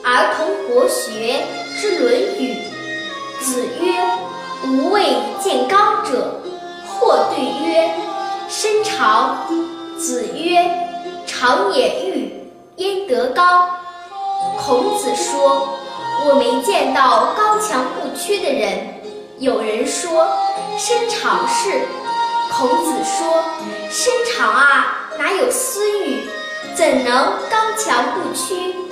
儿童国学之《论语》。子曰：吾未见高者。或对曰：身长。子曰：长也欲，焉得高？孔子说：我没见到高强不屈的人。有人说：身长是。孔子说：身长啊，哪有私欲，怎能刚强不屈？